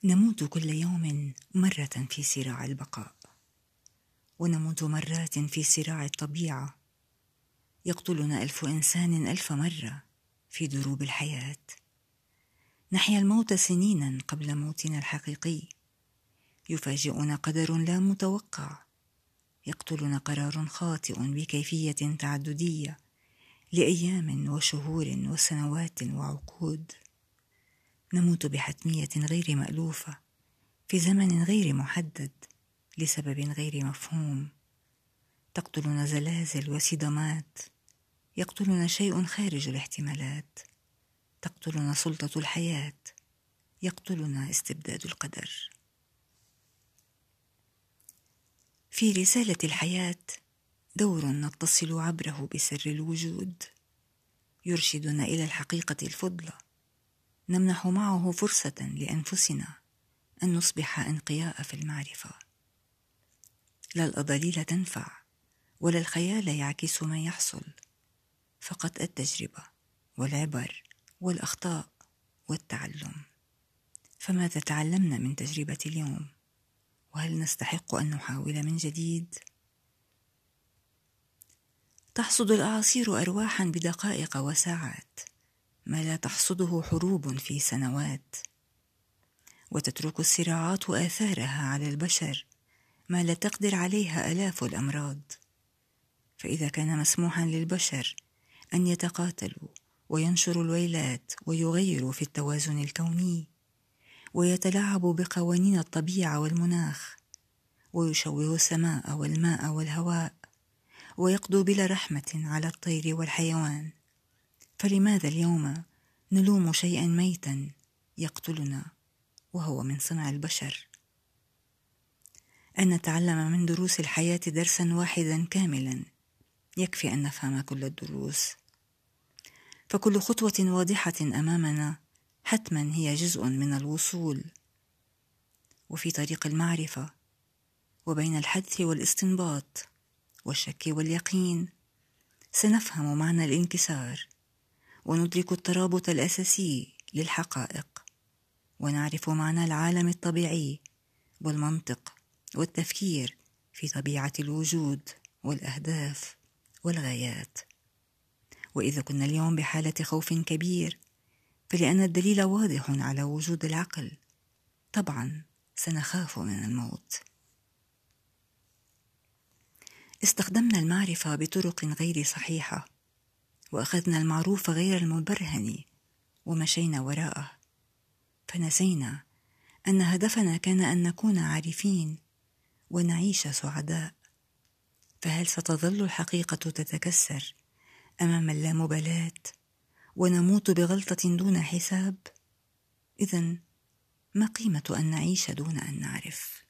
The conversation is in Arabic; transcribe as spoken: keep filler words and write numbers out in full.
نموت كل يوم مرة في صراع البقاء، ونموت مرات في صراع الطبيعة. يقتلنا ألف إنسان ألف مرة في دروب الحياة. نحيا الموت سنينا قبل موتنا الحقيقي. يفاجئنا قدر لا متوقع، يقتلنا قرار خاطئ بكيفية تعددية لأيام وشهور وسنوات وعقود. نموت بحتمية غير مألوفة في زمن غير محدد لسبب غير مفهوم. تقتلنا زلازل وصدمات، يقتلنا شيء خارج الاحتمالات، تقتلنا سلطة الحياة، يقتلنا استبداد القدر. في رسالة الحياة دور نتصل عبره بسر الوجود، يرشدنا إلى الحقيقة الفضلى. نمنح معه فرصة لأنفسنا أن نصبح أنقياء في المعرفة. لا الأضاليل تنفع ولا الخيال يعكس ما يحصل، فقط التجربة والعبر والأخطاء والتعلم. فماذا تعلمنا من تجربة اليوم؟ وهل نستحق أن نحاول من جديد؟ تحصد الأعاصير أرواحا بدقائق وساعات ما لا تحصده حروب في سنوات، وتترك الصراعات آثارها على البشر ما لا تقدر عليها آلاف الأمراض. فإذا كان مسموحا للبشر أن يتقاتلوا وينشروا الويلات ويغيروا في التوازن الكوني، ويتلاعبوا بقوانين الطبيعة والمناخ، ويشوهوا السماء والماء والهواء، ويقضوا بلا رحمة على الطير والحيوان، فلماذا اليوم نلوم شيئا ميتا يقتلنا وهو من صنع البشر؟ أن نتعلم من دروس الحياة درسا واحدا كاملا يكفي أن نفهم كل الدروس. فكل خطوة واضحة أمامنا حتما هي جزء من الوصول. وفي طريق المعرفة وبين الحدث والاستنباط والشك واليقين سنفهم معنى الانكسار، وندرك الترابط الأساسي للحقائق، ونعرف معنى العالم الطبيعي والمنطق والتفكير في طبيعة الوجود والأهداف والغايات. وإذا كنا اليوم بحالة خوف كبير فلأن الدليل واضح على وجود العقل، طبعا سنخاف من الموت. استخدمنا المعرفة بطرق غير صحيحة، وأخذنا المعروف غير المبرهن ومشينا وراءه، فنسينا أن هدفنا كان أن نكون عارفين ونعيش سعداء. فهل ستظل الحقيقة تتكسر أمام اللامبالاة ونموت بغلطة دون حساب؟ إذن ما قيمة أن نعيش دون أن نعرف؟